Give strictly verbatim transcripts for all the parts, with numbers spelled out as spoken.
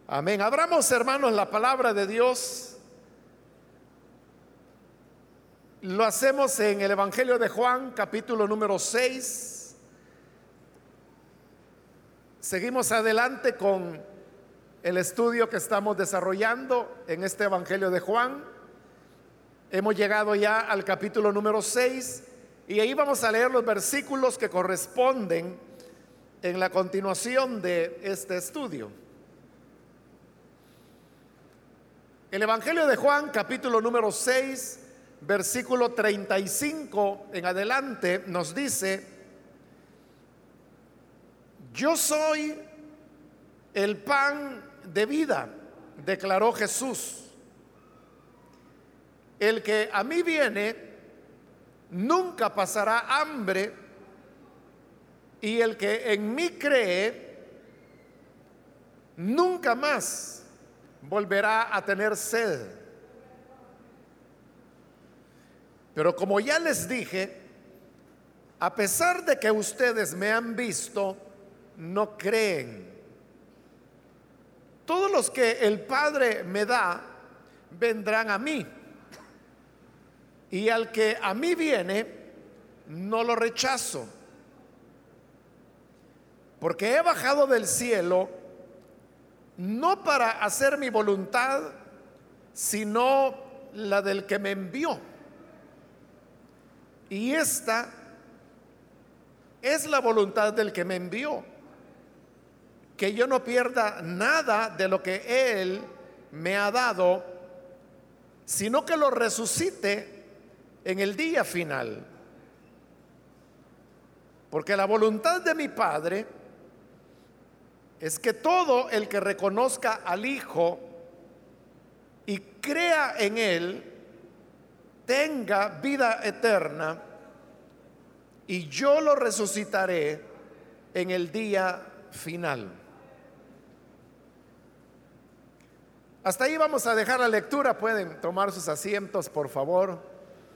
Amén. Abramos, hermanos, la palabra de Dios. Lo hacemos en el Evangelio de Juan, capítulo número seis. Seguimos adelante con el estudio que estamos desarrollando en este Evangelio de Juan. Hemos llegado ya al capítulo número seis y ahí vamos a leer los versículos que corresponden en la continuación de este estudio. El Evangelio de Juan, capítulo número seis, versículo treinta y cinco en adelante, nos dice: yo soy el pan de vida, declaró Jesús. El que a mí viene nunca pasará hambre, y el que en mí cree nunca más volverá a tener sed. Pero como ya les dije, a pesar de que ustedes me han visto, no creen. Todos los que el Padre me da vendrán a mí, y al que a mí viene no lo rechazo, porque he bajado del cielo no para hacer mi voluntad, sino la del que me envió. Y esta es la voluntad del que me envió, que yo no pierda nada de lo que Él me ha dado, sino que lo resucite en el día final. Porque la voluntad de mi Padre es que todo el que reconozca al Hijo y crea en Él tenga vida eterna, y yo lo resucitaré en el día final. Hasta ahí vamos a dejar la lectura. Pueden tomar sus asientos, por favor.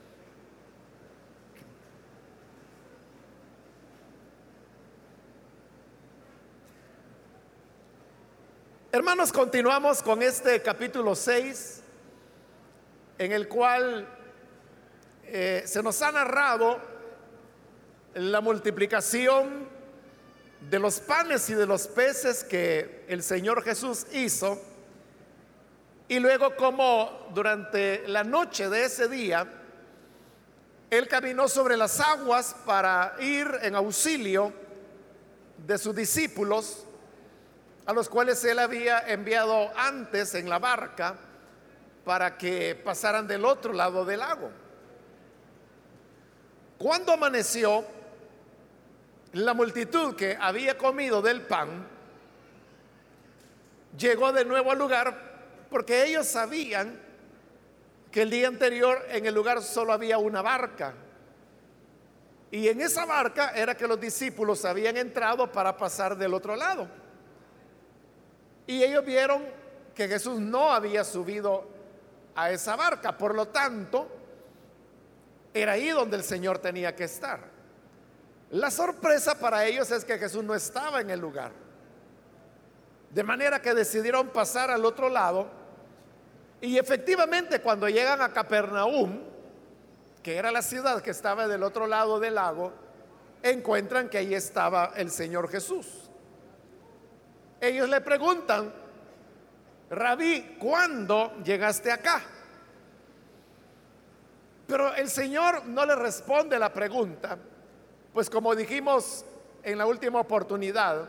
Hermanos, continuamos con este capítulo seis, en el cual eh, se nos ha narrado la multiplicación de los panes y de los peces que el Señor Jesús hizo, y luego como durante la noche de ese día Él caminó sobre las aguas para ir en auxilio de sus discípulos, a los cuales Él había enviado antes en la barca para que pasaran del otro lado del lago. Cuando amaneció, la multitud que había comido del pan llegó de nuevo al lugar, porque ellos sabían que el día anterior en el lugar solo había una barca, y en esa barca era que los discípulos habían entrado para pasar del otro lado. Y ellos vieron que Jesús no había subido a esa barca, por lo tanto era ahí donde el Señor tenía que estar. La sorpresa para ellos es que Jesús no estaba en el lugar, de manera que decidieron pasar al otro lado. Y efectivamente, cuando llegan a Capernaum, que era la ciudad que estaba del otro lado del lago, encuentran que ahí estaba el Señor Jesús. Ellos le preguntan: Rabí, ¿cuándo llegaste acá? Pero el Señor no le responde la pregunta, pues como dijimos en la última oportunidad,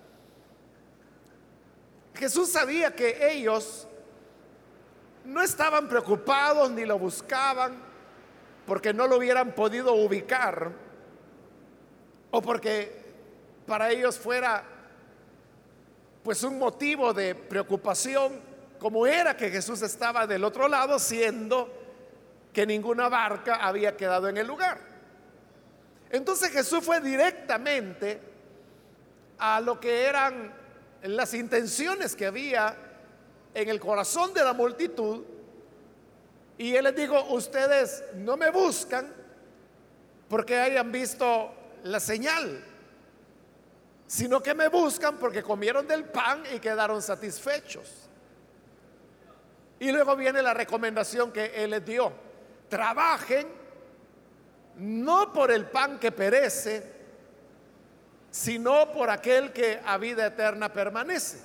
Jesús sabía que ellos no estaban preocupados ni lo buscaban porque no lo hubieran podido ubicar, o porque para ellos fuera pues un motivo de preocupación, como era que Jesús estaba del otro lado, siendo que ninguna barca había quedado en el lugar. Entonces Jesús fue directamente a lo que eran las intenciones que había en el corazón de la multitud, y Él les dijo: ustedes no me buscan porque hayan visto la señal, sino que me buscan porque comieron del pan y quedaron satisfechos. Y luego viene la recomendación que Él les dio: trabajen no por el pan que perece, sino por aquel que a vida eterna permanece.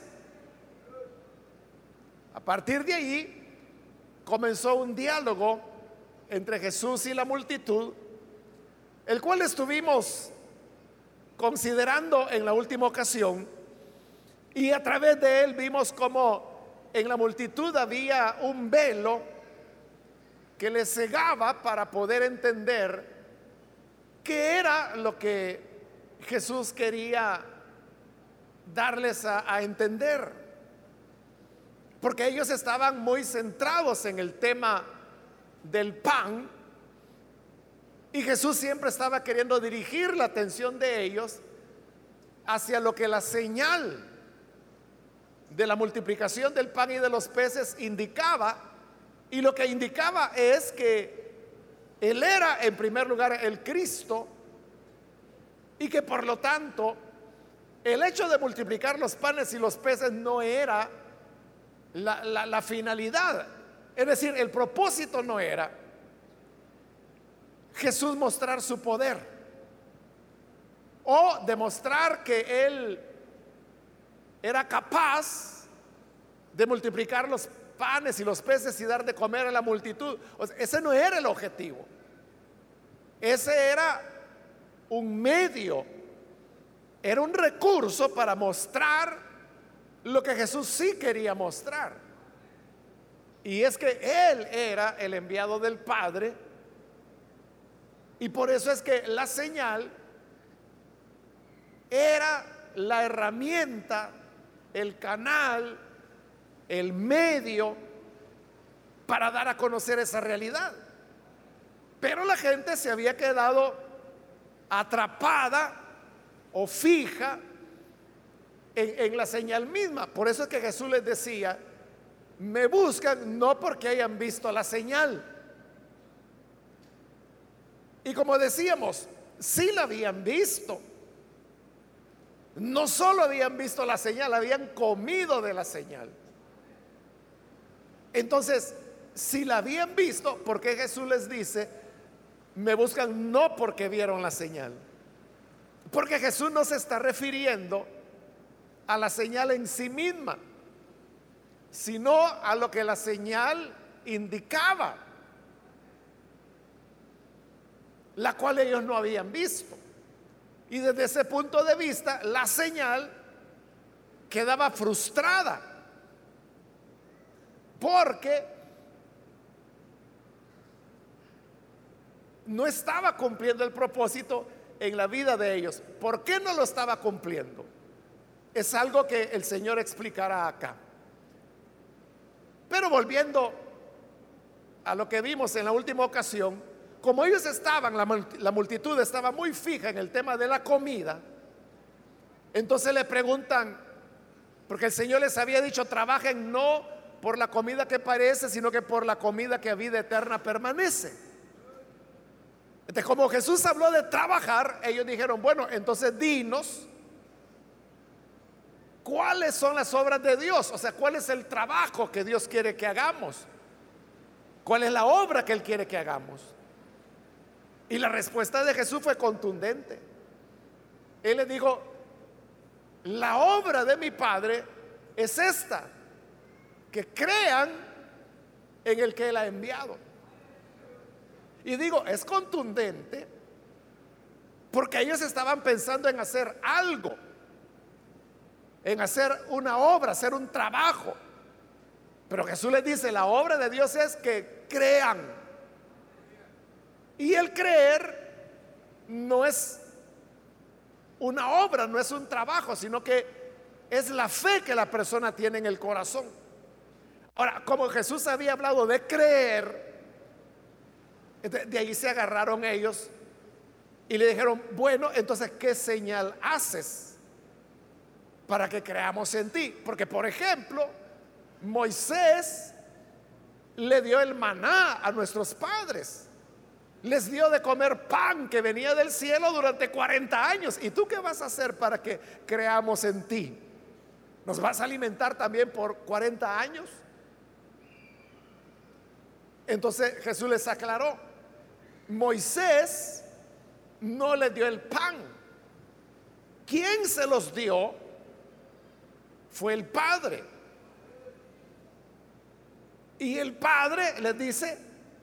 A partir de ahí comenzó un diálogo entre Jesús y la multitud, el cual estuvimos considerando en la última ocasión, y a través de él vimos cómo en la multitud había un velo que les cegaba para poder entender qué era lo que Jesús quería darles a, a entender, porque ellos estaban muy centrados en el tema del pan, y Jesús siempre estaba queriendo dirigir la atención de ellos hacia lo que la señal de la multiplicación del pan y de los peces indicaba. Y lo que indicaba es que Él era en primer lugar el Cristo, y que por lo tanto el hecho de multiplicar los panes y los peces no era la, la, la finalidad. Es decir, el propósito no era Jesús mostrar su poder o demostrar que Él era capaz de multiplicar los panes y los peces y dar de comer a la multitud. O sea, ese no era el objetivo. Ese era un medio, era un recurso para mostrar lo que Jesús sí quería mostrar. Y es que Él era el enviado del Padre, y por eso es que la señal era la herramienta, el canal, el medio para dar a conocer esa realidad. Pero la gente se había quedado atrapada o fija en, en la señal misma. Por eso es que Jesús les decía: me buscan no porque hayan visto la señal. Y como decíamos, sí la habían visto. No solo habían visto la señal, habían comido de la señal. Entonces, si la habían visto, ¿por qué Jesús les dice: me buscan no porque vieron la señal? Porque Jesús no se está refiriendo a la señal en sí misma, sino a lo que la señal indicaba, la cual ellos no habían visto. Y desde ese punto de vista, la señal quedaba frustrada, porque no estaba cumpliendo el propósito en la vida de ellos. ¿Por qué no lo estaba cumpliendo? Es algo que el Señor explicará acá. Pero volviendo a lo que vimos en la última ocasión, como ellos estaban, la, la multitud estaba muy fija en el tema de la comida, entonces le preguntan, porque el Señor les había dicho: trabajen no por la comida que parece, sino que por la comida que a vida eterna permanece. Entonces, como Jesús habló de trabajar, ellos dijeron: bueno, entonces dinos cuáles son las obras de Dios, o sea, cuál es el trabajo que Dios quiere que hagamos, cuál es la obra que Él quiere que hagamos. Y la respuesta de Jesús fue contundente. Él le dijo: la obra de mi Padre es esta, que crean en el que Él ha enviado. Y digo, es contundente porque ellos estaban pensando en hacer algo, en hacer una obra, hacer un trabajo. Pero Jesús les dice: la obra de Dios es que crean. Y el creer no es una obra, no es un trabajo, sino que es la fe que la persona tiene en el corazón. Ahora, como Jesús había hablado de creer, de ahí se agarraron ellos y le dijeron: bueno, entonces, ¿qué señal haces para que creamos en ti? Porque, por ejemplo, Moisés le dio el maná a nuestros padres. Les dio de comer pan que venía del cielo durante cuarenta años. ¿Y tú qué vas a hacer para que creamos en ti? ¿Nos vas a alimentar también por cuarenta años? Entonces Jesús les aclaró: Moisés no les dio el pan. Quien se los dio fue el Padre. Y el Padre les dice: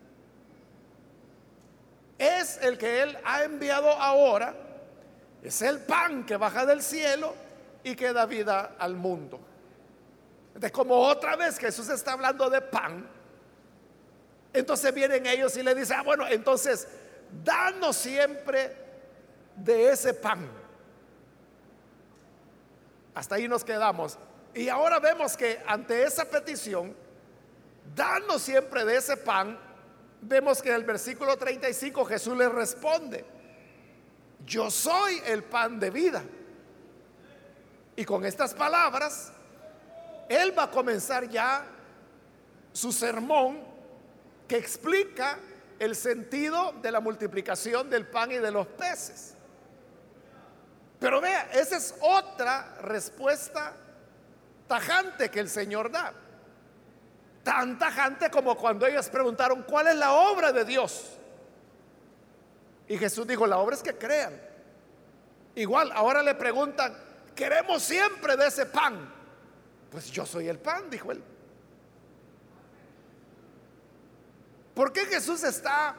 es el que Él ha enviado ahora, es el pan que baja del cielo y que da vida al mundo. Entonces, como otra vez Jesús está hablando de pan, entonces vienen ellos y le dicen: ah, bueno, entonces danos siempre de ese pan. Hasta ahí nos quedamos. Y ahora vemos que ante esa petición, danos siempre de ese pan, vemos que en el versículo treinta y cinco Jesús les responde: yo soy el pan de vida. Y con estas palabras Él va a comenzar ya su sermón, que explica el sentido de la multiplicación del pan y de los peces. Pero vea, esa es otra respuesta tajante que el Señor da. Tan tajante como cuando ellos preguntaron: ¿cuál es la obra de Dios? Y Jesús dijo: la obra es que crean. Igual ahora le preguntan: queremos siempre de ese pan. Pues yo soy el pan, dijo él. ¿Por qué Jesús está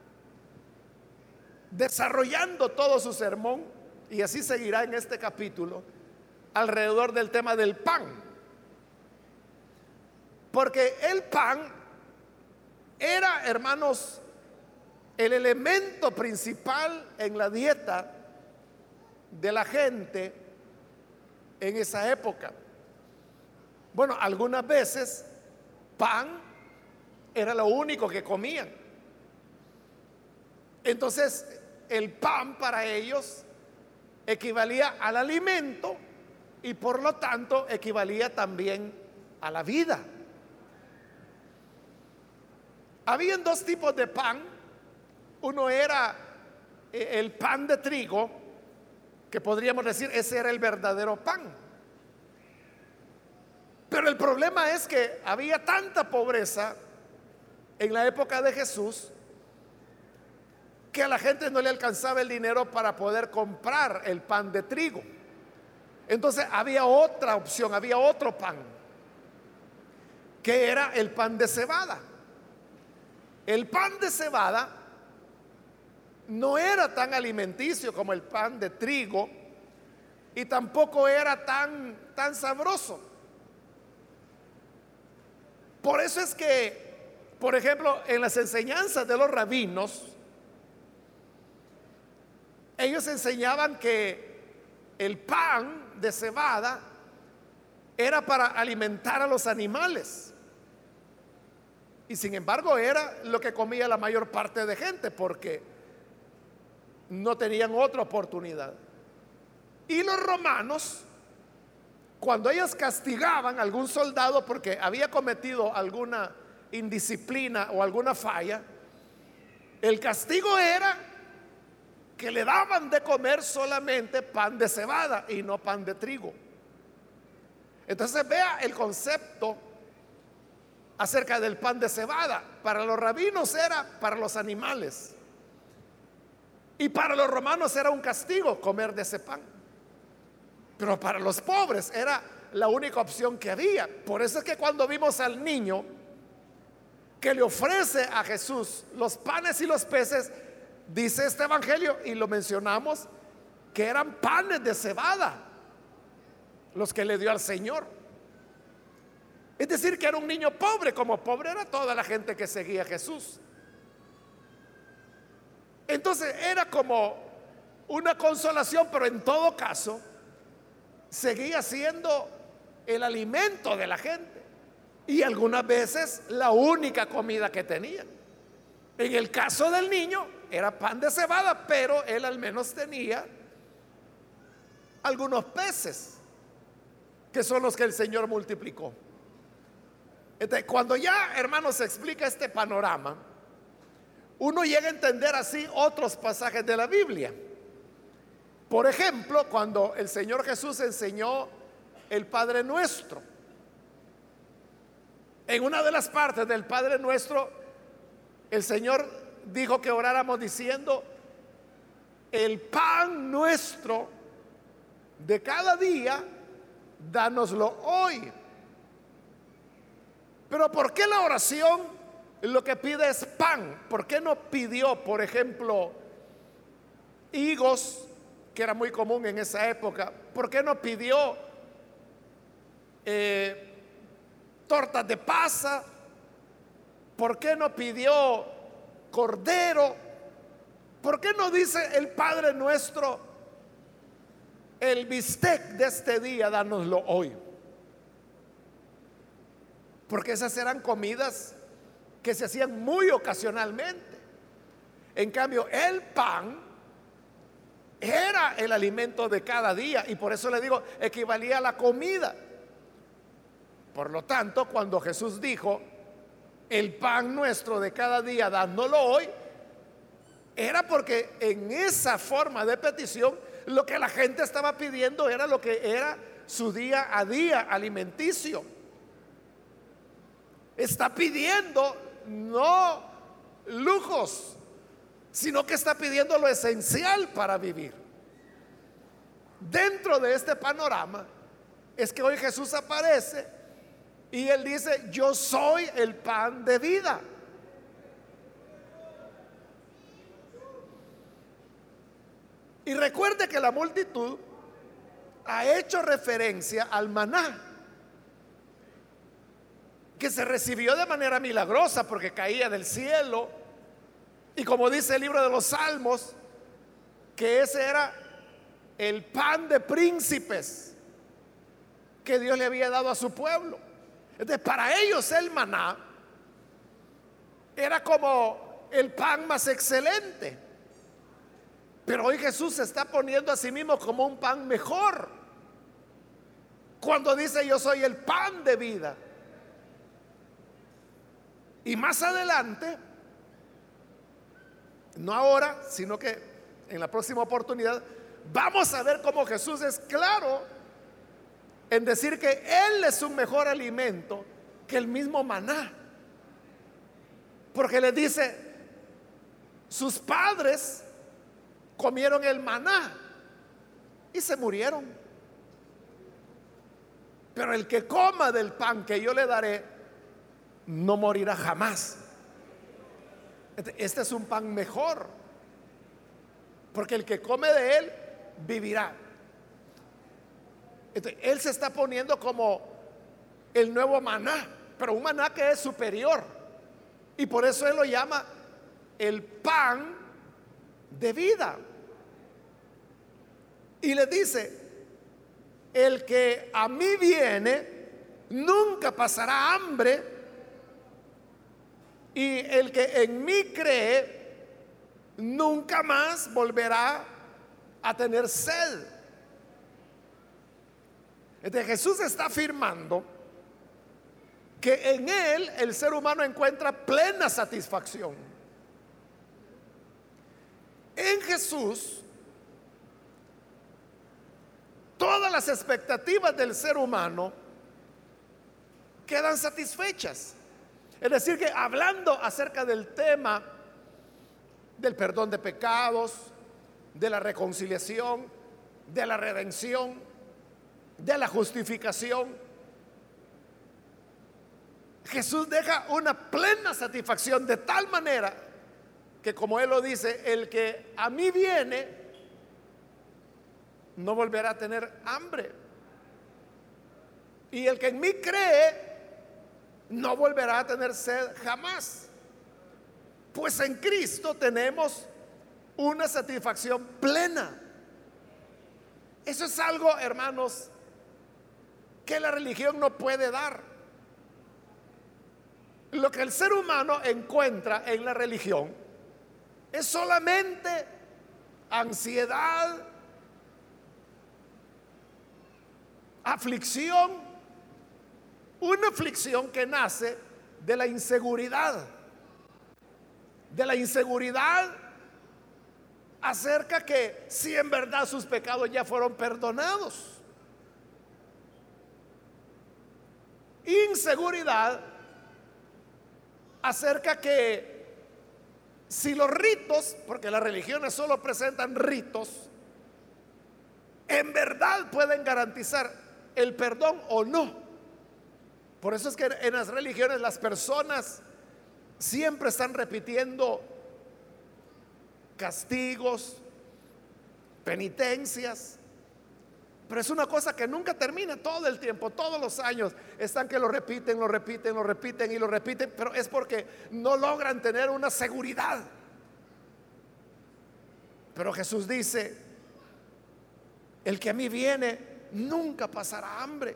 desarrollando todo su sermón? Y así seguirá en este capítulo alrededor del tema del pan. Porque el pan era, hermanos, el elemento principal en la dieta de la gente en esa época. Bueno, algunas veces pan era lo único que comían. Entonces, el pan para ellos equivalía al alimento y por lo tanto equivalía también a la vida. Habían dos tipos de pan. Uno era el pan de trigo, que podríamos decir ese era el verdadero pan. Pero el problema es que había tanta pobreza en la época de Jesús que a la gente no le alcanzaba el dinero para poder comprar el pan de trigo. Entonces había otra opción, había otro pan, que era el pan de cebada. El pan de cebada no era tan alimenticio como el pan de trigo y tampoco era tan, tan sabroso. Por eso es que, por ejemplo, en las enseñanzas de los rabinos, ellos enseñaban que el pan de cebada era para alimentar a los animales. Y sin embargo era lo que comía la mayor parte de gente, porque no tenían otra oportunidad. Y los romanos, cuando ellos castigaban a algún soldado porque había cometido alguna indisciplina o alguna falla, el castigo era que le daban de comer solamente pan de cebada y no pan de trigo. Entonces vea el concepto acerca del pan de cebada. Para los rabinos era para los animales y para los romanos era un castigo comer de ese pan, pero para los pobres era la única opción que había. Por eso es que cuando vimos al niño que le ofrece a Jesús los panes y los peces, dice este evangelio, y lo mencionamos, que eran panes de cebada los que le dio al Señor. Es decir, que era un niño pobre, como pobre era toda la gente que seguía a Jesús. Entonces era como una consolación, pero en todo caso seguía siendo el alimento de la gente y algunas veces la única comida que tenían. En el caso del niño era pan de cebada, pero él al menos tenía algunos peces, que son los que el Señor multiplicó. Entonces, cuando ya, hermanos, se explica este panorama, uno llega a entender así otros pasajes de la Biblia. Por ejemplo, cuando el Señor Jesús enseñó el Padre Nuestro, en una de las partes del Padre Nuestro, el Señor dijo que oráramos diciendo: el pan nuestro de cada día, dánoslo hoy. Pero ¿por qué la oración lo que pide es pan? ¿Por qué no pidió, por ejemplo, higos, que era muy común en esa época? ¿Por qué no pidió eh, tortas de pasa? ¿Por qué no pidió cordero? ¿Por qué no dice el Padre Nuestro: el bistec de este día, dánoslo hoy? Porque esas eran comidas que se hacían muy ocasionalmente. En cambio, el pan era el alimento de cada día, y por eso le digo, equivalía a la comida. Por lo tanto, cuando Jesús dijo: el pan nuestro de cada día, dándolo hoy, era porque en esa forma de petición lo que la gente estaba pidiendo era lo que era su día a día alimenticio. Está pidiendo no lujos, sino que está pidiendo lo esencial para vivir. Dentro de este panorama es que hoy Jesús aparece y él dice: yo soy el pan de vida. Y recuerde que la multitud ha hecho referencia al maná, que se recibió de manera milagrosa porque caía del cielo, y como dice el libro de los Salmos, que ese era el pan de príncipes que Dios le había dado a su pueblo. Entonces, para ellos el maná era como el pan más excelente. Pero hoy Jesús se está poniendo a sí mismo como un pan mejor, cuando dice: yo soy el pan de vida. Y más adelante, no ahora, sino que en la próxima oportunidad, vamos a ver cómo Jesús es claro en decir que Él es un mejor alimento que el mismo maná. Porque le dice: sus padres comieron el maná y se murieron, pero el que coma del pan que yo le daré no morirá jamás. Este es un pan mejor, porque el que come de él vivirá. Entonces, él se está poniendo como el nuevo maná, pero un maná que es superior, y por eso él lo llama el pan de vida. Y le dice: el que a mí viene nunca pasará hambre, y el que en mí cree nunca más volverá a tener sed. Entonces Jesús está afirmando que en él el ser humano encuentra plena satisfacción. En Jesús todas las expectativas del ser humano quedan satisfechas. Es decir, que hablando acerca del tema del perdón de pecados, de la reconciliación, de la redención, de la justificación, Jesús deja una plena satisfacción, de tal manera que, como él lo dice, el que a mí viene no volverá a tener hambre, y el que en mí cree no volverá a tener sed jamás. Pues en Cristo tenemos una satisfacción plena. Eso es algo, hermanos, que la religión no puede dar. Lo que el ser humano encuentra en la religión es solamente ansiedad, aflicción, una aflicción que nace de la inseguridad. de la inseguridad acerca que si en verdad sus pecados ya fueron perdonados. Inseguridad acerca que si los ritos, porque las religiones solo presentan ritos, en verdad pueden garantizar el perdón o no. Por eso es que en las religiones las personas siempre están repitiendo castigos, penitencias, pero es una cosa que nunca termina. Todo el tiempo, todos los años están que lo repiten, lo repiten, lo repiten y lo repiten, pero es porque no logran tener una seguridad. Pero Jesús dice: el que a mí viene nunca pasará hambre,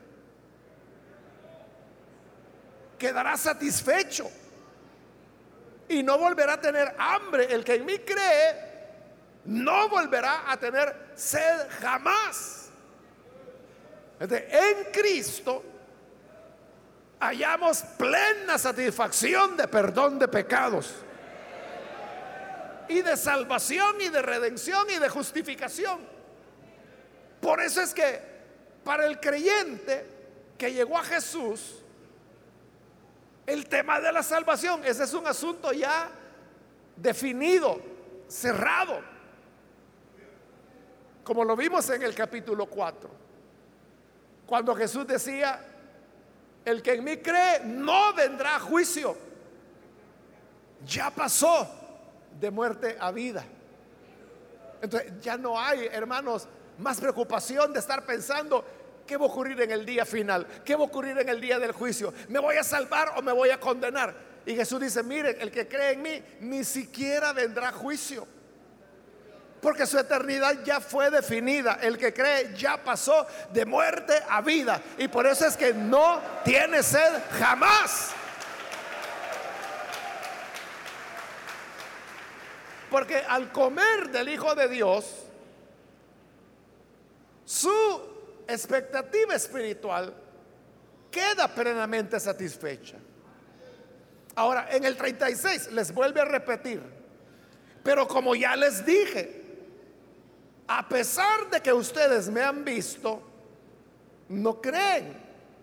quedará satisfecho y no volverá a tener hambre. El que en mí cree no volverá a tener sed jamás. Entonces, en Cristo hallamos plena satisfacción de perdón de pecados y de salvación y de redención y de justificación. Por eso es que para el creyente que llegó a Jesús, el tema de la salvación, ese es un asunto ya definido, cerrado, como lo vimos en el capítulo cuatro, cuando Jesús decía: el que en mí cree no vendrá a juicio, ya pasó de muerte a vida. Entonces ya no hay, hermanos, más preocupación de estar pensando: ¿qué va a ocurrir en el día final? ¿Qué va a ocurrir en el día del juicio? ¿Me voy a salvar o me voy a condenar? Y Jesús dice: miren, el que cree en mí ni siquiera vendrá a juicio, porque su eternidad ya fue definida. El que cree ya pasó de muerte a vida, y por eso es que no tiene sed jamás. Porque al comer del Hijo de Dios, su expectativa espiritual queda plenamente satisfecha. Ahora, en el treinta y seis les vuelve a repetir: pero como ya les dije, a pesar de que ustedes me han visto, no creen.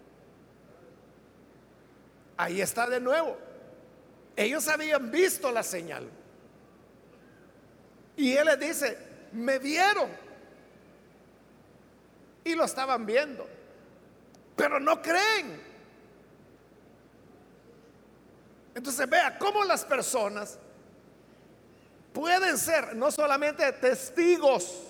Ahí está de nuevo. Ellos habían visto la señal, y él les dice: me vieron y lo estaban viendo, pero no creen. Entonces vea cómo las personas pueden ser no solamente testigos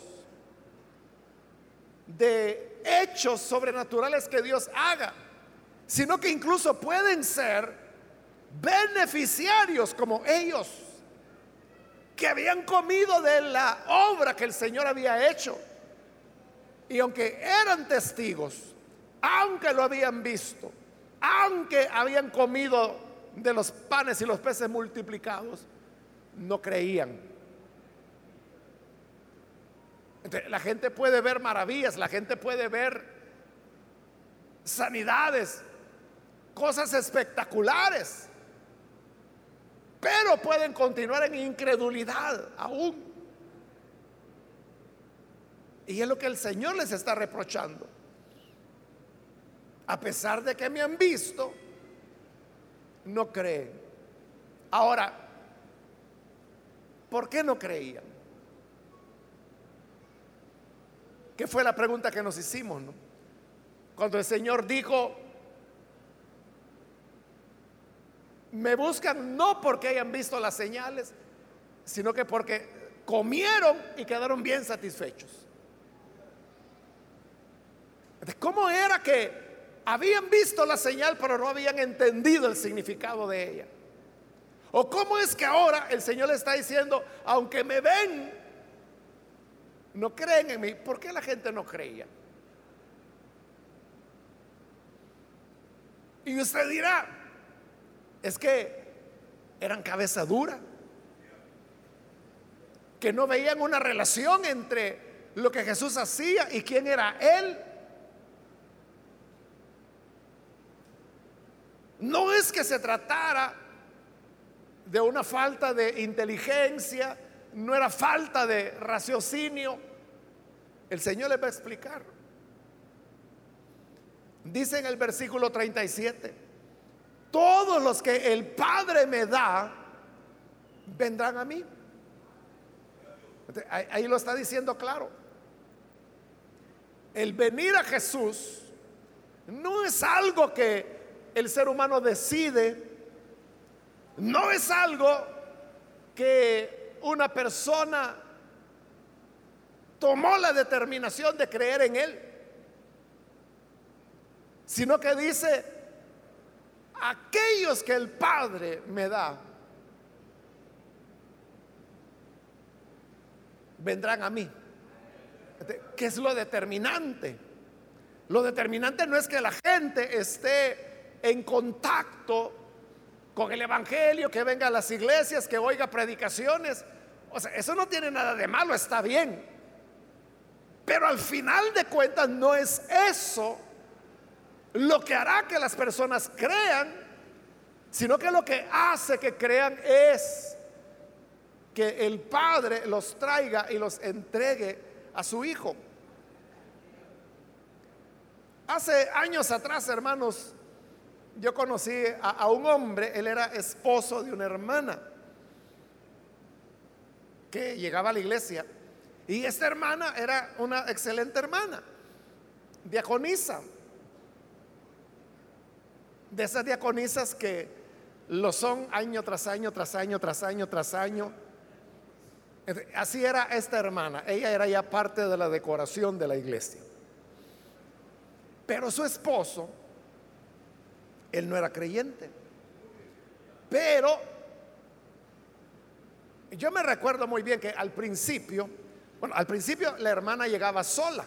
de hechos sobrenaturales que Dios haga, sino que incluso pueden ser beneficiarios como ellos, que habían comido de la obra que el Señor había hecho. Y aunque eran testigos, aunque lo habían visto, aunque habían comido de los panes y los peces multiplicados, no creían. Entonces, la gente puede ver maravillas, la gente puede ver sanidades, cosas espectaculares, pero pueden continuar en incredulidad aún. Y es lo que el Señor les está reprochando. A pesar de que me han visto, no creen. Ahora, ¿por qué no creían? ¿Qué fue la pregunta que nos hicimos, no? Cuando el Señor dijo: me buscan no porque hayan visto las señales, sino que porque comieron y quedaron bien satisfechos. ¿Cómo era que habían visto la señal pero no habían entendido el significado de ella? ¿O cómo es que ahora el Señor le está diciendo: aunque me ven, no creen en mí? ¿Por qué la gente no creía? Y usted dirá: es que eran cabeza dura, que no veían una relación entre lo que Jesús hacía y quién era Él. No es que se tratara de una falta de inteligencia, no era falta de raciocinio. El Señor les va a explicar. Dice en el versículo treinta y siete: todos los que el Padre me da vendrán a mí. Ahí, ahí lo está diciendo claro. El venir a Jesús no es algo que el ser humano decide, no es algo que una persona tomó la determinación de creer en Él, sino que dice: aquellos que el Padre me da vendrán a mí. ¿Qué es lo determinante? Lo determinante no es que la gente esté en contacto con el evangelio, que venga a las iglesias, que oiga predicaciones. O sea, eso no tiene nada de malo, está bien. Pero al final de cuentas no es eso lo que hará que las personas crean, sino que lo que hace que crean es que el Padre los traiga y los entregue a su Hijo. Hace años atrás, hermanos, yo conocí a, a un hombre. Él era esposo de una hermana que llegaba a la iglesia, y esta hermana era una excelente hermana, diaconisa, de esas diaconisas que lo son año tras año, tras año, tras año, tras año. Así era esta hermana. Ella era ya parte de la decoración de la iglesia. Pero su esposo, él no era creyente. Pero yo me recuerdo muy bien que al principio, bueno, al principio la hermana llegaba sola.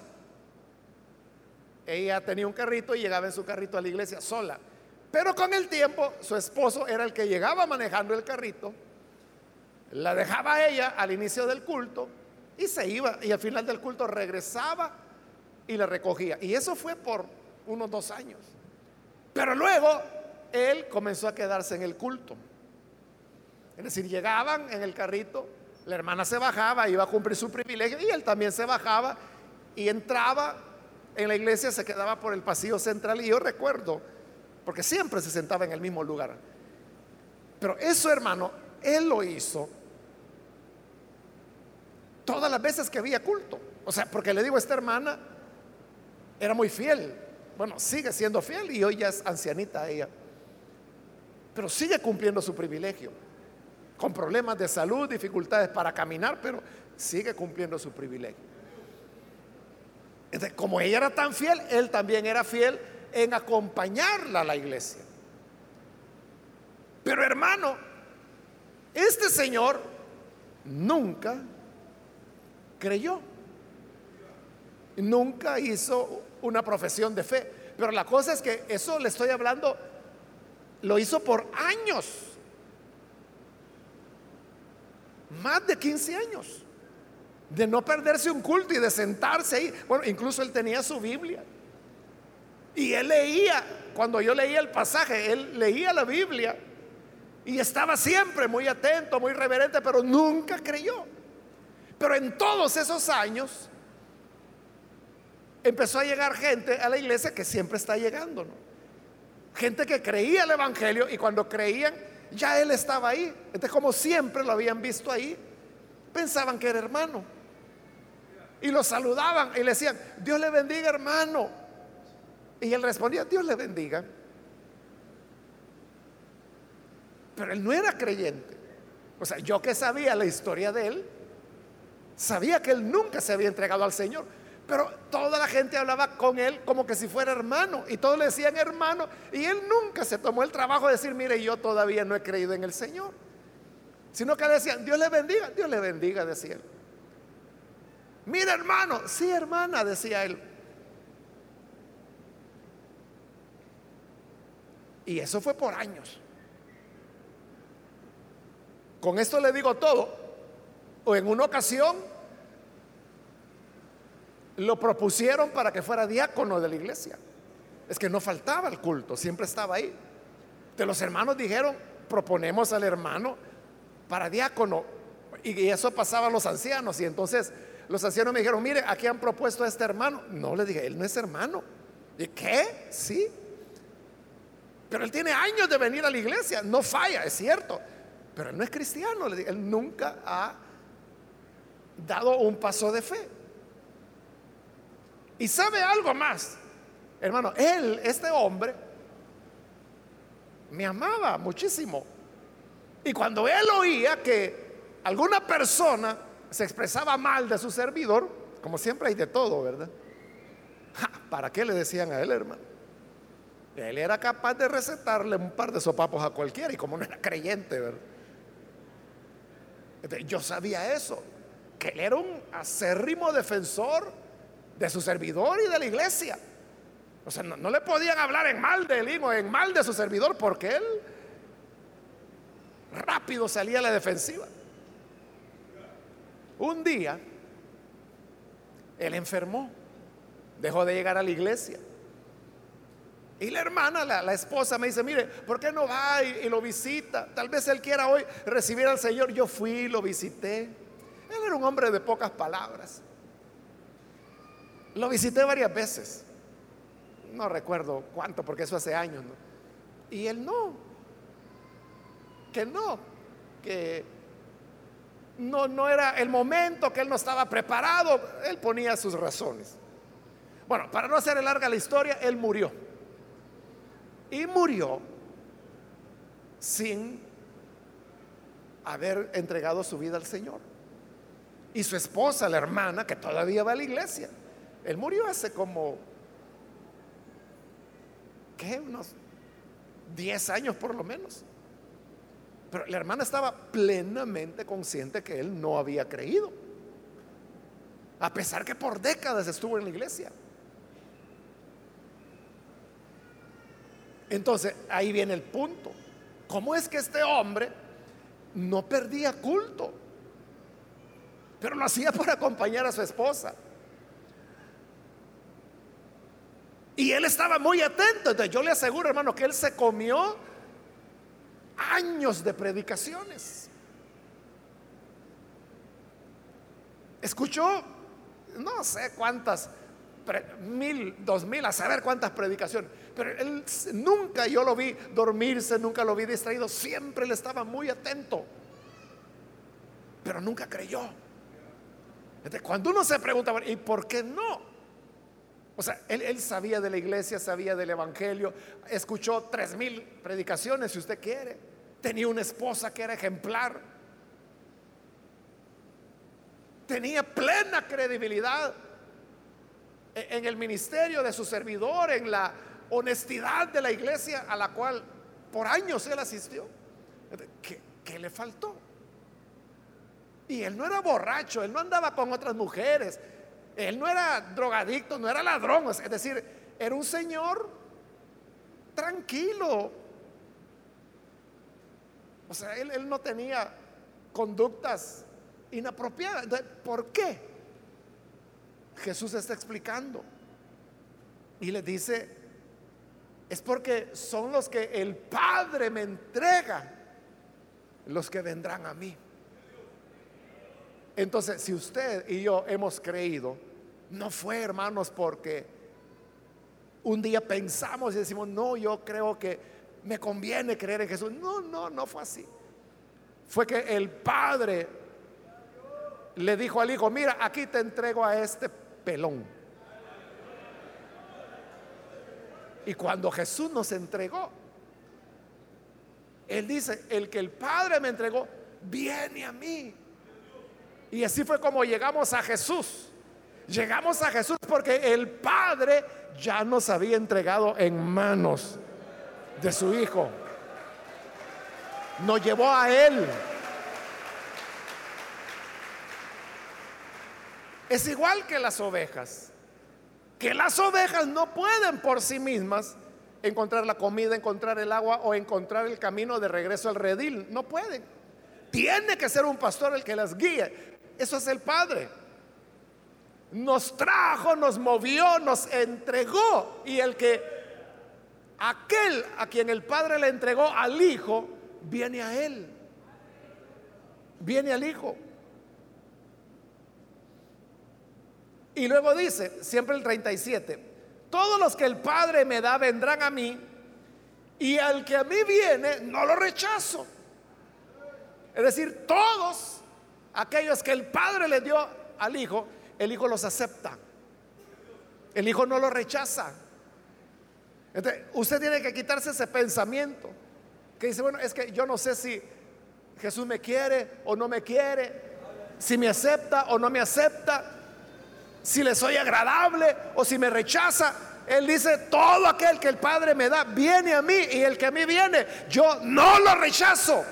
Ella tenía un carrito y llegaba en su carrito a la iglesia sola. Pero con el tiempo su esposo era el que llegaba manejando el carrito, la dejaba a ella al inicio del culto y se iba, y al final del culto regresaba y la recogía. Y eso fue por unos dos años. Pero luego él comenzó a quedarse en el culto. Es decir, llegaban en el carrito, la hermana se bajaba, iba a cumplir su privilegio, y él también se bajaba y entraba en la iglesia, se quedaba por el pasillo central. Y yo recuerdo, porque siempre se sentaba en el mismo lugar, pero eso, hermano, él lo hizo todas las veces que había culto. O sea, porque le digo, esta hermana era muy fiel. Bueno, sigue siendo fiel, y hoy ya es ancianita ella, pero sigue cumpliendo su privilegio, con problemas de salud, dificultades para caminar, pero sigue cumpliendo su privilegio. Entonces, como ella era tan fiel, él también era fiel en acompañarla a la iglesia. Pero, hermano, este señor nunca creyó, nunca hizo una profesión de fe. Pero la cosa es que eso, le estoy hablando, lo hizo por años, más de quince años, de no perderse un culto y de sentarse ahí. Bueno, incluso él tenía su Biblia y él leía. Cuando yo leía el pasaje, él leía la Biblia y estaba siempre muy atento, muy reverente, pero nunca creyó. Pero en todos esos años empezó a llegar gente a la iglesia que siempre está llegando, ¿no? Gente que creía el evangelio, y cuando creían ya él estaba ahí. Entonces, como siempre lo habían visto ahí, pensaban que era hermano y lo saludaban y le decían: Dios le bendiga, hermano. Y él respondía: Dios le bendiga. Pero él no era creyente. O sea, yo que sabía la historia de él, sabía que él nunca se había entregado al Señor. Pero toda la gente hablaba con él como que si fuera hermano, y todos le decían hermano, y él nunca se tomó el trabajo de decir: mire, yo todavía no he creído en el Señor. Sino que decían: Dios le bendiga, Dios le bendiga, decía él. Mira, hermano. Sí, hermana, decía él. Y eso fue por años. Con esto le digo todo. O en una ocasión lo propusieron para que fuera diácono de la iglesia. Es que no faltaba el culto, siempre estaba ahí. De los hermanos dijeron: proponemos al hermano para diácono. Y eso pasaba a los ancianos. Y entonces los ancianos me dijeron, mire, aquí han propuesto a este hermano. No, le dije, él no es hermano. ¿Y qué? Sí. Pero él tiene años de venir a la iglesia. No falla, es cierto. Pero él no es cristiano. Le dije, él nunca ha dado un paso de fe. Y sabe algo más, hermano, él, este hombre, me amaba muchísimo. Y cuando él oía que alguna persona se expresaba mal de su servidor, como siempre hay de todo, ¿verdad? Ja, ¿para qué le decían a él, hermano? Él era capaz de recetarle un par de sopapos a cualquiera, y como no era creyente, ¿verdad? Entonces, yo sabía eso, que él era un acérrimo defensor de su servidor y de la iglesia. O sea, no, no le podían hablar en mal de él o en mal de su servidor, porque él rápido salía a la defensiva. Un día él enfermó, dejó de llegar a la iglesia, y la hermana, la, la esposa, me dice, mire, ¿por qué no va y, y lo visita? Tal vez él quiera hoy recibir al Señor. Yo fui, lo visité. Él era un hombre de pocas palabras. Lo visité varias veces, no recuerdo cuánto, porque eso hace años, ¿no? Y él no, que no, que no, no era el momento, que él no estaba preparado. Él ponía sus razones. Bueno, para no hacer larga la historia, él murió. Y murió sin haber entregado su vida al Señor. Y su esposa, la hermana, que todavía va a la iglesia, él murió hace como, ¿qué? Unos diez años por lo menos. Pero la hermana estaba plenamente consciente que él no había creído, a pesar que por décadas estuvo en la iglesia. Entonces, ahí viene el punto. ¿Cómo es que este hombre no perdía culto? Pero lo hacía por acompañar a su esposa. Y él estaba muy atento. Entonces yo le aseguro, hermano, que él se comió años de predicaciones. Escuchó, no sé cuántas, mil, dos mil, a saber cuántas predicaciones. Pero él nunca, yo lo vi dormirse, nunca lo vi distraído. Siempre él estaba muy atento, pero nunca creyó. Entonces, cuando uno se pregunta, ¿y por qué no? O sea, él, él sabía de la iglesia, sabía del evangelio, escuchó tres mil predicaciones, si usted quiere. Tenía una esposa que era ejemplar, tenía plena credibilidad en el ministerio de su servidor, en la honestidad de la iglesia a la cual por años él asistió. ¿Qué, qué le faltó? Y él no era borracho, él no andaba con otras mujeres, él no era drogadicto, no era ladrón. Es decir, era un señor tranquilo. O sea, él, él no tenía conductas inapropiadas. Entonces, ¿por qué? Jesús está explicando y le dice, es porque son los que el Padre me entrega los que vendrán a mí. Entonces, si usted y yo hemos creído, no fue, hermanos, porque un día pensamos y decimos, no, yo creo que me conviene creer en Jesús. No, no, no fue así. Fue que el Padre le dijo al Hijo, mira, aquí te entrego a este pelón. Y cuando Jesús nos entregó, Él dice, el que el Padre me entregó, viene a mí. Y así fue como llegamos a Jesús. Llegamos a Jesús porque el Padre ya nos había entregado en manos de su Hijo. Nos llevó a Él. Es igual que las ovejas, que las ovejas no pueden por sí mismas encontrar la comida, encontrar el agua o encontrar el camino de regreso al redil. No pueden. Tiene que ser un pastor el que las guíe. Eso es el Padre. Nos trajo, nos movió, nos entregó. Y el que, aquel a quien el Padre le entregó al Hijo, viene a Él. viene al Hijo. Y luego dice, siempre el treinta y siete, todos los que el Padre me da vendrán a mí, y al que a mí viene no lo rechazo. Es decir, todos aquellos que el Padre le dio al Hijo, el Hijo los acepta. El Hijo no los rechaza. Entonces, usted tiene que quitarse ese pensamiento que dice, bueno, es que yo no sé si Jesús me quiere o no me quiere, si me acepta o no me acepta, si le soy agradable o si me rechaza. Él dice, todo aquel que el Padre me da viene a mí, y el que a mí viene yo no lo rechazo.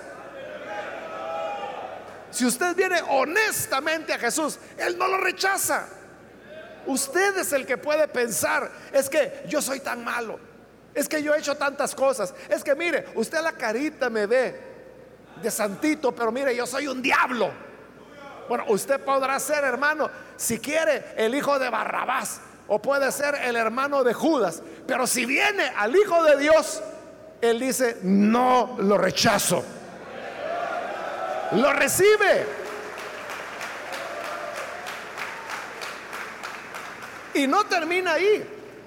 Si usted viene honestamente a Jesús, Él no lo rechaza. Usted es el que puede pensar, es que yo soy tan malo, es que yo he hecho tantas cosas, es que mire, usted a la carita me ve de santito, pero mire, yo soy un diablo. Bueno, usted podrá ser, hermano, si quiere, el hijo de Barrabás, o puede ser el hermano de Judas, pero si viene al Hijo de Dios, Él dice, no lo rechazo, lo recibe. Y no termina ahí,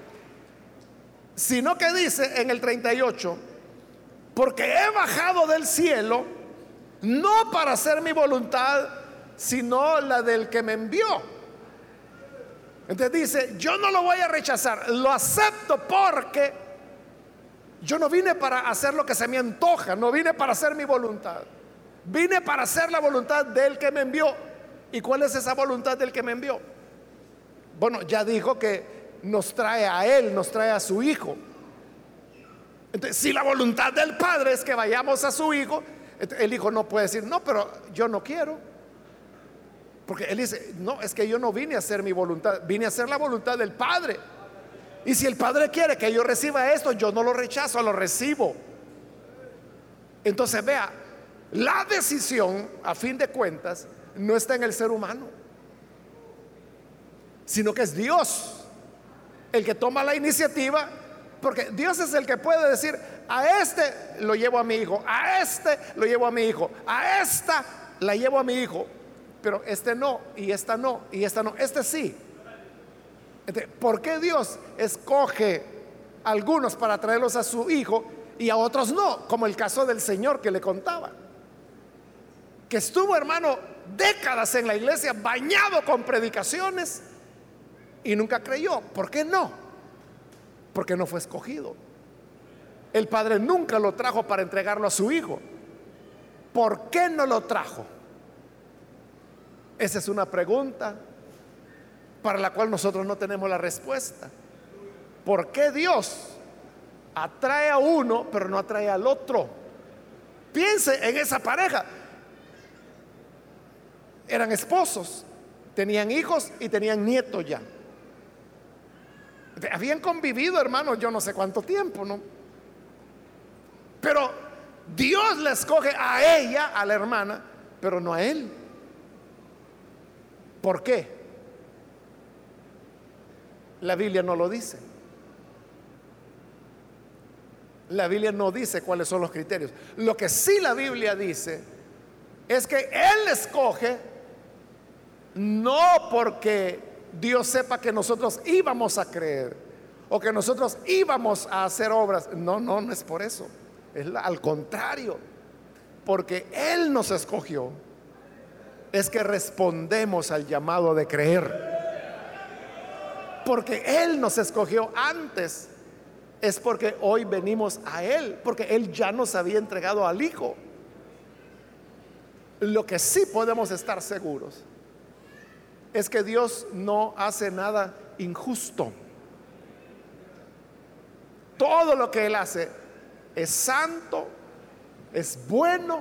sino que dice en el treinta y ocho, porque he bajado del cielo no para hacer mi voluntad, sino la del que me envió. Entonces dice, yo no lo voy a rechazar, lo acepto porque yo no vine para hacer lo que se me antoja, no vine para hacer mi voluntad, vine para hacer la voluntad del que me envió. ¿Y cuál es esa voluntad del que me envió? Bueno, ya dijo que nos trae a Él, nos trae a su Hijo. Entonces, si la voluntad del Padre es que vayamos a su Hijo, el Hijo no puede decir, no, pero yo no quiero. Porque Él dice, no, es que yo no vine a hacer mi voluntad, vine a hacer la voluntad del Padre. Y si el Padre quiere que yo reciba esto, yo no lo rechazo, lo recibo. Entonces vea, la decisión, a fin de cuentas, no está en el ser humano, sino que es Dios el que toma la iniciativa, porque Dios es el que puede decir, a este lo llevo a mi hijo, a este lo llevo a mi hijo, a esta la llevo a mi hijo, pero este no, y esta no, y esta no, este sí. Entonces, ¿por qué Dios escoge a algunos para traerlos a su hijo y a otros no? Como el caso del Señor que le contaba, que estuvo, hermano, décadas en la iglesia, bañado con predicaciones, y nunca creyó. ¿Por qué no? Porque no fue escogido. El Padre nunca lo trajo para entregarlo a su hijo. ¿Por qué no lo trajo? Esa es una pregunta para la cual nosotros no tenemos la respuesta. ¿Por qué Dios atrae a uno pero no atrae al otro? Piense en esa pareja. Eran esposos, tenían hijos y tenían nietos ya. Habían convivido, hermanos, yo no sé cuánto tiempo, ¿no? Pero Dios le escoge a ella, a la hermana, pero no a él. ¿Por qué? La Biblia no lo dice. La Biblia no dice cuáles son los criterios. Lo que sí la Biblia dice es que Él escoge no porque Dios sepa que nosotros íbamos a creer o que nosotros íbamos a hacer obras. No, no, no es por eso. Es la, al contrario, porque Él nos escogió, es que respondemos al llamado de creer. Porque Él nos escogió antes, es porque hoy venimos a Él, porque Él ya nos había entregado al Hijo. Lo que sí podemos estar seguros es que Dios no hace nada injusto. Todo lo que Él hace es santo, es bueno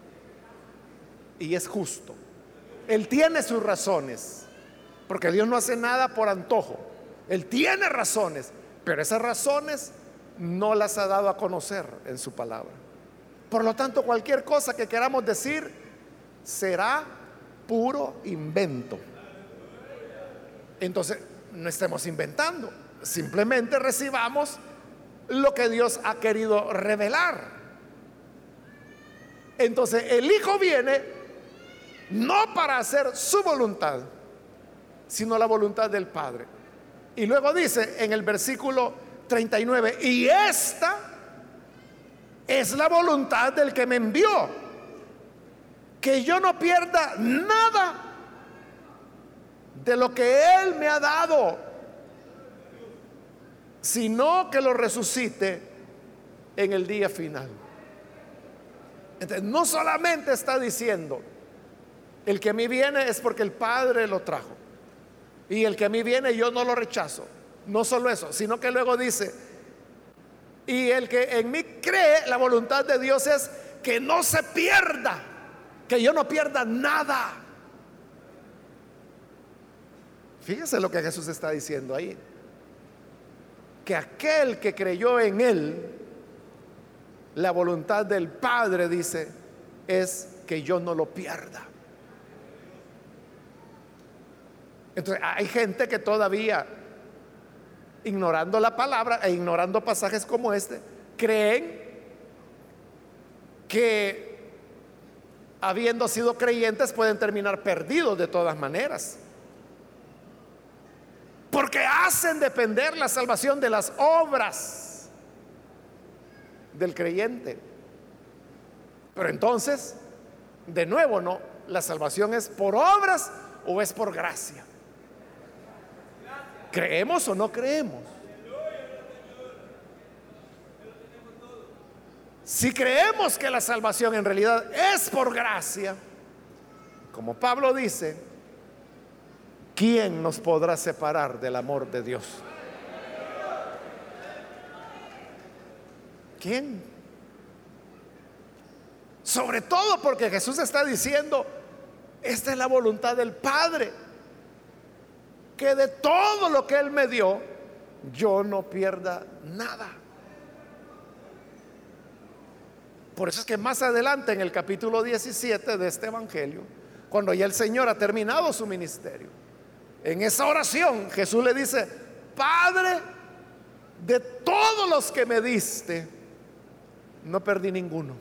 y es justo. Él tiene sus razones, porque Dios no hace nada por antojo. Él tiene razones, pero esas razones no las ha dado a conocer en su palabra. Por lo tanto, cualquier cosa que queramos decir será puro invento. Entonces, no estemos inventando, simplemente recibamos lo que Dios ha querido revelar. Entonces, el Hijo viene no para hacer su voluntad, sino la voluntad del Padre. Y luego dice en el versículo treinta y nueve, y esta es la voluntad del que me envió, que yo no pierda nada de lo que Él me ha dado, sino que lo resucite en el día final. Entonces, no solamente está diciendo, el que a mí viene es porque el Padre lo trajo, y el que a mí viene yo no lo rechazo. No solo eso, sino que luego dice, y el que en mí cree, la voluntad de Dios es que no se pierda, que yo no pierda nada. Fíjese lo que Jesús está diciendo ahí, que aquel que creyó en Él, la voluntad del Padre, dice, es que yo no lo pierda. Entonces hay gente que todavía, ignorando la palabra e ignorando pasajes como este, creen que habiendo sido creyentes pueden terminar perdidos de todas maneras, porque hacen depender la salvación de las obras del creyente. Pero entonces, de nuevo, no, la salvación es por obras o es por gracia. ¿Creemos o no creemos? Si creemos que la salvación en realidad es por gracia, como Pablo dice, ¿quién nos podrá separar del amor de Dios? ¿Quién? Sobre todo porque Jesús está diciendo, esta es la voluntad del Padre, que de todo lo que Él me dio, yo no pierda nada. Por eso es que más adelante en el capítulo diecisiete de este evangelio, cuando ya el Señor ha terminado su ministerio, en esa oración Jesús le dice, Padre, de todos los que me diste, no perdí ninguno.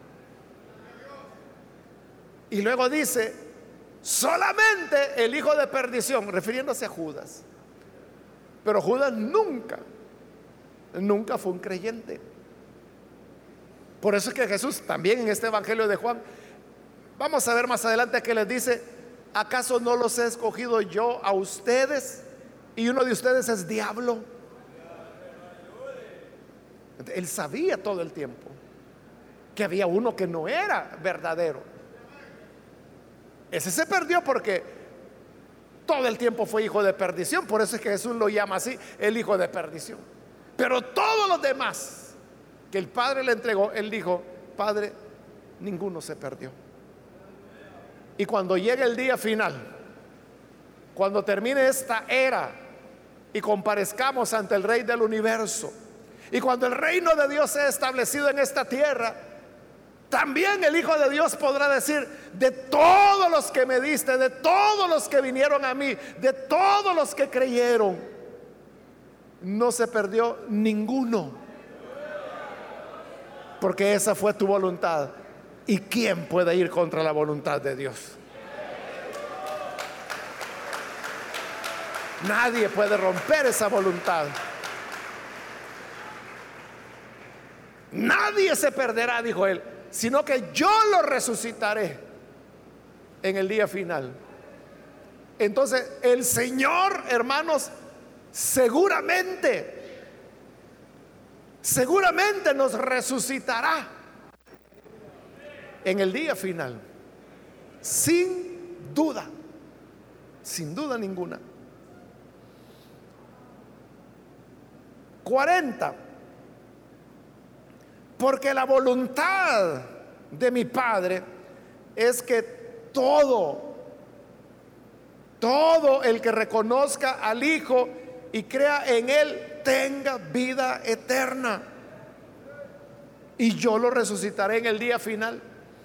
Y luego dice, solamente el hijo de perdición, refiriéndose a Judas. Pero Judas nunca, nunca fue un creyente. Por eso es que Jesús también en este evangelio de Juan, vamos a ver más adelante, que les dice, ¿acaso no los he escogido yo a ustedes y uno de ustedes es diablo? Él sabía todo el tiempo que había uno que no era verdadero. Ese se perdió porque todo el tiempo fue hijo de perdición. Por eso es que Jesús lo llama así, el hijo de perdición. Pero todos los demás que el Padre le entregó, Él dijo, Padre, ninguno se perdió. Y cuando llegue el día final, cuando termine esta era y comparezcamos ante el Rey del universo, y cuando el reino de Dios sea establecido en esta tierra, también el Hijo de Dios podrá decir, de todos los que me diste, de todos los que vinieron a mí, de todos los que creyeron, no se perdió ninguno, porque esa fue tu voluntad. ¿Y quién puede ir contra la voluntad de Dios? Nadie puede romper esa voluntad. Nadie se perderá, dijo él, sino que yo lo resucitaré en el día final. Entonces el Señor, hermanos, seguramente seguramente nos resucitará en el día final, sin duda, sin duda ninguna. cuarenta. Porque la voluntad de mi Padre es que todo, todo el que reconozca al Hijo y crea en Él tenga vida eterna, y yo lo resucitaré en el día final.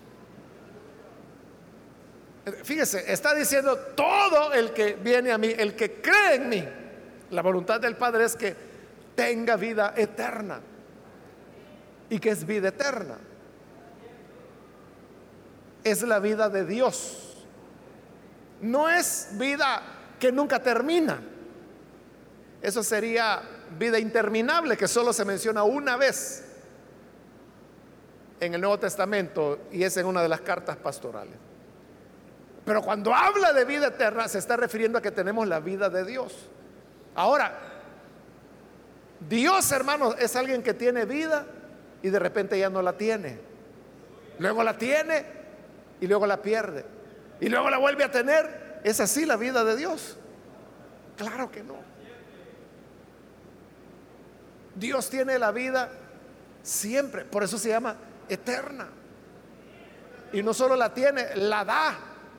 Fíjese, está diciendo todo el que viene a mí, el que cree en mí. La voluntad del Padre es que tenga vida eterna. ¿Y qué es vida eterna? Es la vida de Dios no es vida que nunca termina. Eso sería vida interminable, que solo se menciona una vez en el Nuevo Testamento, y es en una de las cartas pastorales. Pero cuando habla de vida eterna, se está refiriendo a que tenemos la vida de Dios. Ahora, Dios, hermanos, es alguien que tiene vida y de repente ya no la tiene. Luego la tiene y luego la pierde. Y luego la vuelve a tener. ¿Es así la vida de Dios? Claro que no. Dios tiene la vida siempre. Por eso se llama eterna. Y no solo la tiene, la da.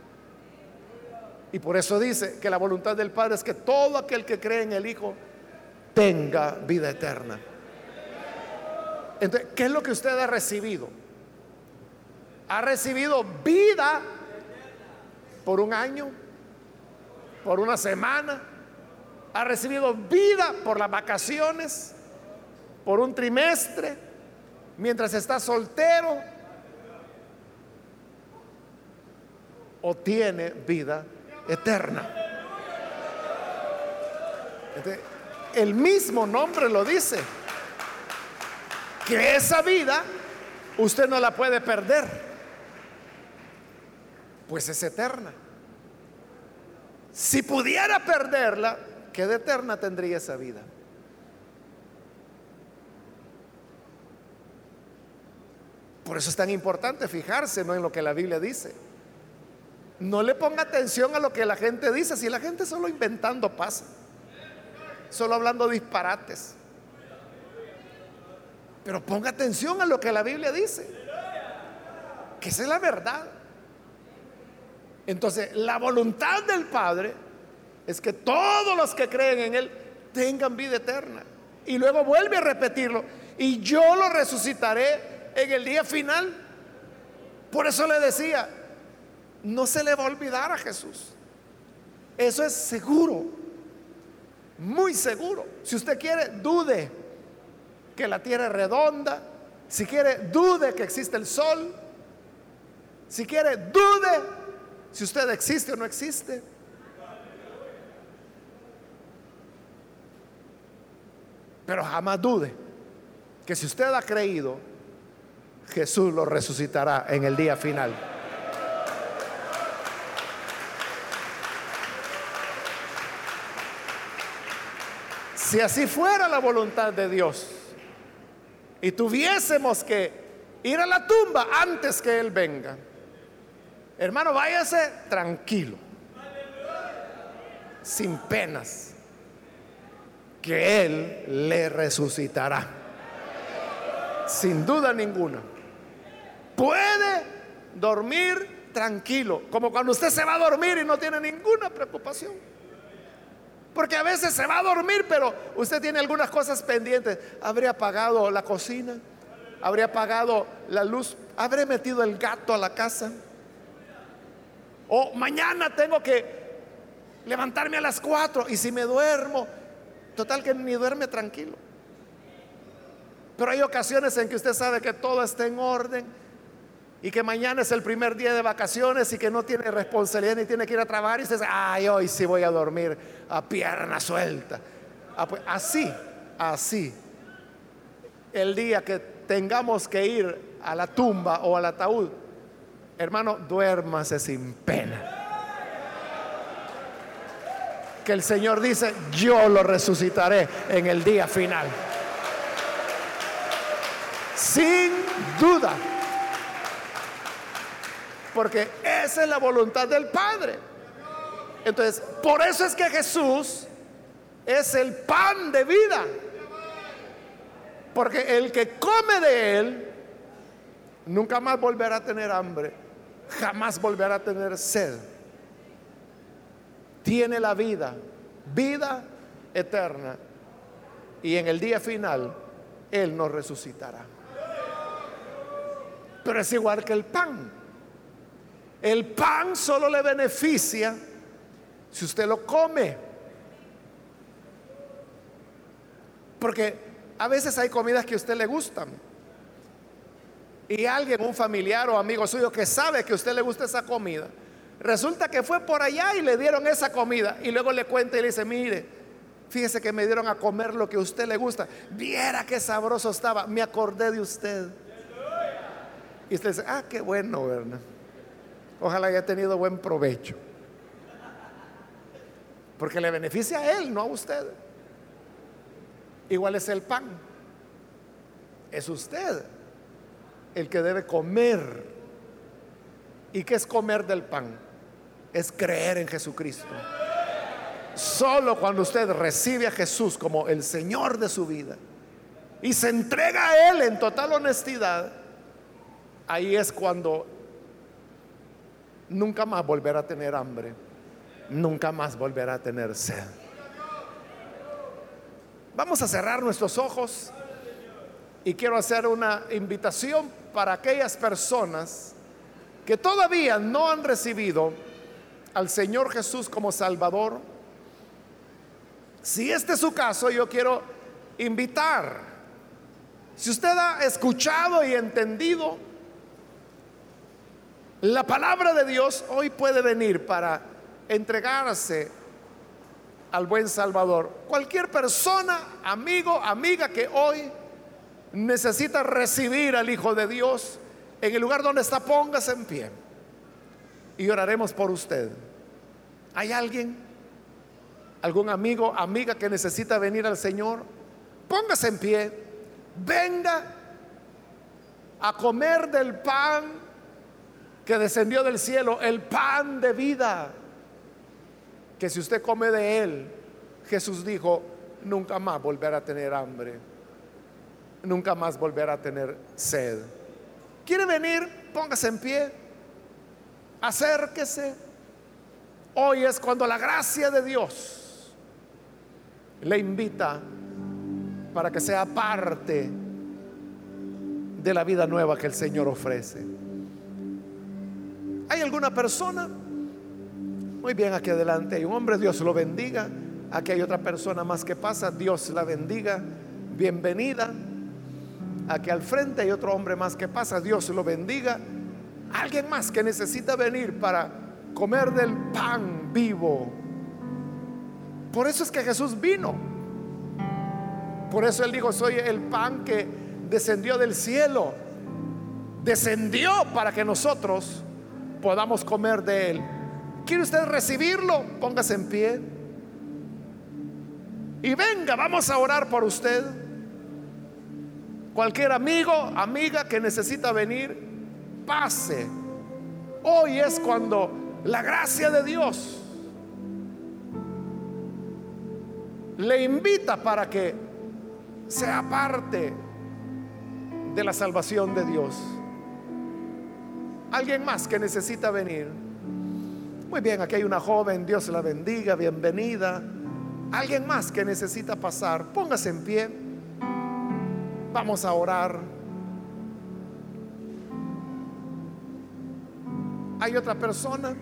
Y por eso dice que la voluntad del Padre es que todo aquel que cree en el Hijo tenga vida eterna. Entonces, ¿qué es lo que usted ha recibido? Ha recibido vida por un año, por una semana. Ha recibido vida por las vacaciones, por un trimestre, mientras está soltero. O tiene vida eterna. Entonces, el mismo nombre lo dice, que esa vida usted no la puede perder, pues es eterna. Si pudiera perderla, ¿qué de eterna tendría esa vida? Por eso es tan importante fijarse, ¿no?, en lo que la Biblia dice. No le ponga atención a lo que la gente dice. Si la gente solo inventando pasa, solo hablando disparates. Pero ponga atención a lo que la Biblia dice, que esa es la verdad. Entonces, la voluntad del Padre es que todos los que creen en Él tengan vida eterna. Y luego vuelve a repetirlo: y yo lo resucitaré en el día final. Por eso le decía, no se le va a olvidar a Jesús. Eso es seguro, muy seguro. Si usted quiere, dude que la tierra es redonda. Si quiere, dude que existe el sol. Si quiere, dude si usted existe o no existe. Pero jamás dude que si usted ha creído, Jesús lo resucitará en el día final. Si así fuera la voluntad de Dios y tuviésemos que ir a la tumba antes que Él venga, hermano, váyase tranquilo, sin penas, que Él le resucitará, sin duda ninguna. Puede dormir tranquilo, como cuando usted se va a dormir y no tiene ninguna preocupación. Porque a veces se va a dormir, pero usted tiene algunas cosas pendientes. Habría apagado la cocina, habría apagado la luz, habré metido el gato a la casa, o mañana tengo que levantarme a las cuatro, y si me duermo, total que ni duerme tranquilo. Pero hay ocasiones en que usted sabe que todo está en orden y que mañana es el primer día de vacaciones y que no tiene responsabilidad ni tiene que ir a trabajar, y usted dice: ay, hoy sí voy a dormir a pierna suelta. Ah, pues así, así, el día que tengamos que ir a la tumba o al ataúd, hermano, duérmase sin pena, que el Señor dice: yo lo resucitaré en el día final, sin duda. Porque esa es la voluntad del Padre. Entonces, por eso es que Jesús es el pan de vida. Porque el que come de Él nunca más volverá a tener hambre, jamás volverá a tener sed. Tiene la vida, vida eterna. Y en el día final Él nos resucitará. Pero es igual que el pan. El pan solo le beneficia si usted lo come. Porque a veces hay comidas que a usted le gustan, y alguien, un familiar o amigo suyo que sabe que a usted le gusta esa comida, Resulta que fue por allá y le dieron esa comida. Y luego le cuenta y le dice: mire, fíjese que me dieron a comer lo que a usted le gusta. Viera qué sabroso estaba. Me acordé de usted. Y usted dice: ah, qué bueno, ¿verdad? Ojalá haya tenido buen provecho. Porque le beneficia a él, no a usted. Igual es el pan. Es usted el que debe comer. ¿Y qué es comer del pan? Es creer en Jesucristo. Solo cuando usted recibe a Jesús como el Señor de su vida y se entrega a Él en total honestidad, ahí es cuando nunca más volverá a tener hambre, nunca más volverá a tener sed. Vamos a cerrar nuestros ojos y quiero hacer una invitación para aquellas personas que todavía no han recibido al Señor Jesús como Salvador. Si este es su caso, yo quiero invitar. Si usted ha escuchado y entendido la palabra de Dios, hoy puede venir para entregarse al buen Salvador. Cualquier persona, amigo, amiga que hoy necesita recibir al Hijo de Dios, en el lugar donde está, póngase en pie y oraremos por usted. ¿Hay alguien? ¿Algún amigo, amiga que necesita venir al Señor? Póngase en pie. Venga a comer del pan que descendió del cielo, el pan de vida, que si usted come de él, Jesús dijo, nunca más volverá a tener hambre, nunca más volverá a tener sed. ¿Quiere venir? Póngase en pie, acérquese. Hoy es cuando la gracia de Dios le invita para que sea parte de la vida nueva que el Señor ofrece. ¿Hay alguna persona? Muy bien, aquí adelante hay un hombre, Dios lo bendiga. Aquí hay otra persona más que pasa, Dios la bendiga, bienvenida. Aquí al frente hay otro hombre más que pasa, Dios lo bendiga. Alguien más que necesita venir para comer del pan vivo. Por eso es que Jesús vino. Por eso Él dijo, soy el pan que descendió del cielo. Descendió para que nosotros podamos comer de Él. ¿Quiere usted recibirlo? Póngase en pie y venga, vamos a orar por usted. Cualquier amigo, amiga que necesita venir, pase. Hoy es cuando la gracia de Dios le invita para que sea parte de la salvación de Dios. ¿Alguien más que necesita venir? Muy bien, aquí hay una joven, Dios la bendiga, bienvenida. ¿Alguien más que necesita pasar? Póngase en pie. Vamos a orar. ¿Hay otra persona?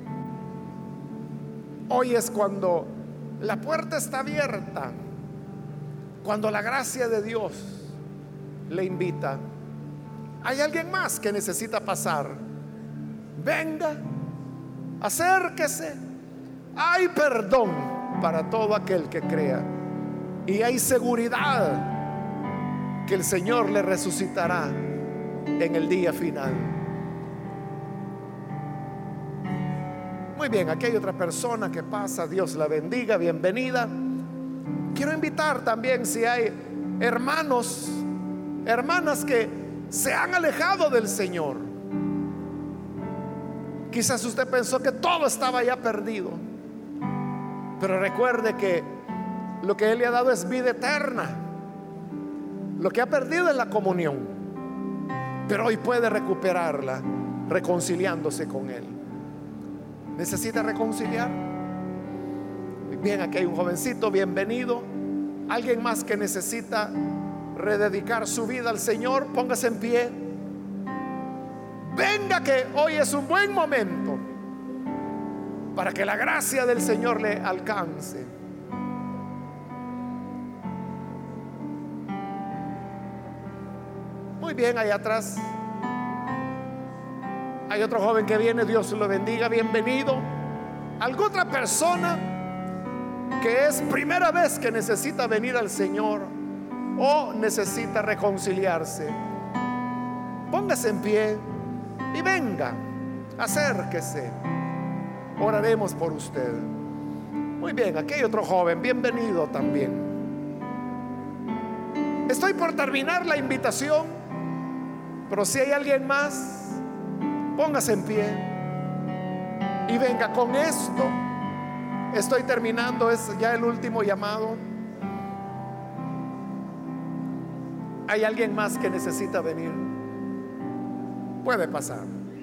Hoy es cuando la puerta está abierta, cuando la gracia de Dios le invita. ¿Hay alguien más que necesita pasar? Venga, acérquese. Hay perdón para todo aquel que crea y hay seguridad que el Señor le resucitará en el día final. Muy bien, aquí hay otra persona que pasa, Dios la bendiga, bienvenida. Quiero invitar también si hay hermanos, hermanas que se han alejado del Señor. Quizás usted pensó que todo estaba ya perdido, pero recuerde que lo que Él le ha dado es vida eterna. Lo que ha perdido es la comunión, pero hoy puede recuperarla reconciliándose con Él. ¿Necesita reconciliar? Bien, aquí hay un jovencito, bienvenido. Alguien más que necesita rededicar su vida al Señor, póngase en pie. Venga, que hoy es un buen momento para que la gracia del Señor le alcance. Muy bien, allá atrás Hay otro joven que viene, Dios lo bendiga, bienvenido. ¿Alguna otra persona que es primera vez que necesita venir al Señor o necesita reconciliarse? Póngase en pie y venga, acérquese. Oraremos por usted. Muy bien, aquí hay otro joven, bienvenido también. Estoy por terminar la invitación, pero si hay alguien más, póngase en pie y venga. Con esto estoy terminando, es ya el último llamado. ¿Hay alguien más que necesita venir? Puede pasar.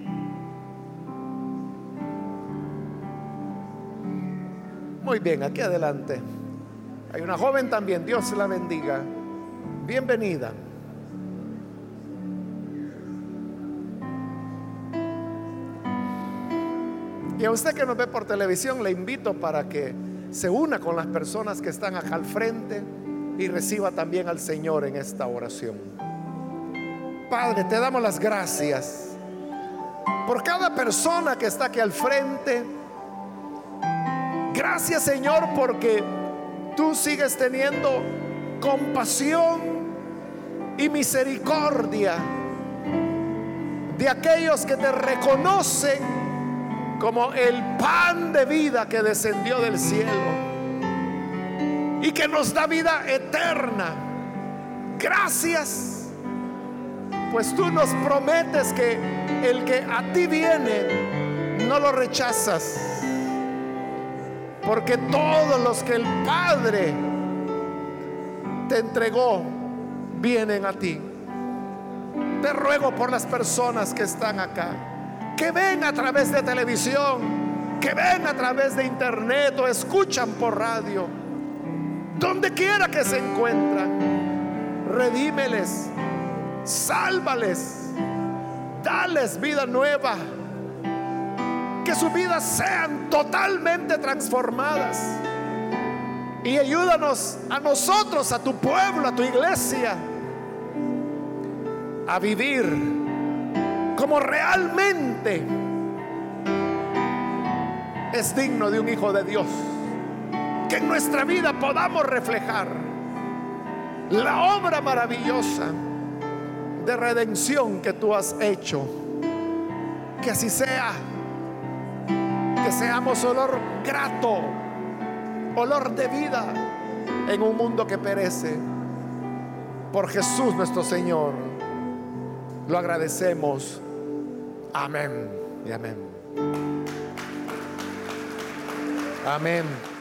Muy bien, aquí adelante hay una joven también, Dios la bendiga, bienvenida. Y a usted que nos ve por televisión, le invito para que se una con las personas que están acá al frente y reciba también al Señor en esta oración. Padre, te damos las gracias por cada persona que está aquí al frente. Gracias, Señor, porque tú sigues teniendo compasión y misericordia de aquellos que te reconocen como el pan de vida que descendió del cielo y que nos da vida eterna. Gracias, pues tú nos prometes que el que a ti viene no lo rechazas, porque todos los que el Padre te entregó vienen a ti. Te ruego por las personas que están acá, que ven a través de televisión, que ven a través de internet o escuchan por radio, donde quiera que se encuentran, redímeles, sálvales, dales vida nueva, que sus vidas sean totalmente transformadas, y ayúdanos a nosotros, a tu pueblo, a tu iglesia, a vivir como realmente es digno de un hijo de Dios. Que en nuestra vida podamos reflejar la obra maravillosa de redención que tú has hecho. Que así sea. Que seamos olor grato, olor de vida en un mundo que perece. Por Jesús nuestro Señor lo agradecemos. Amén y amén. Amén.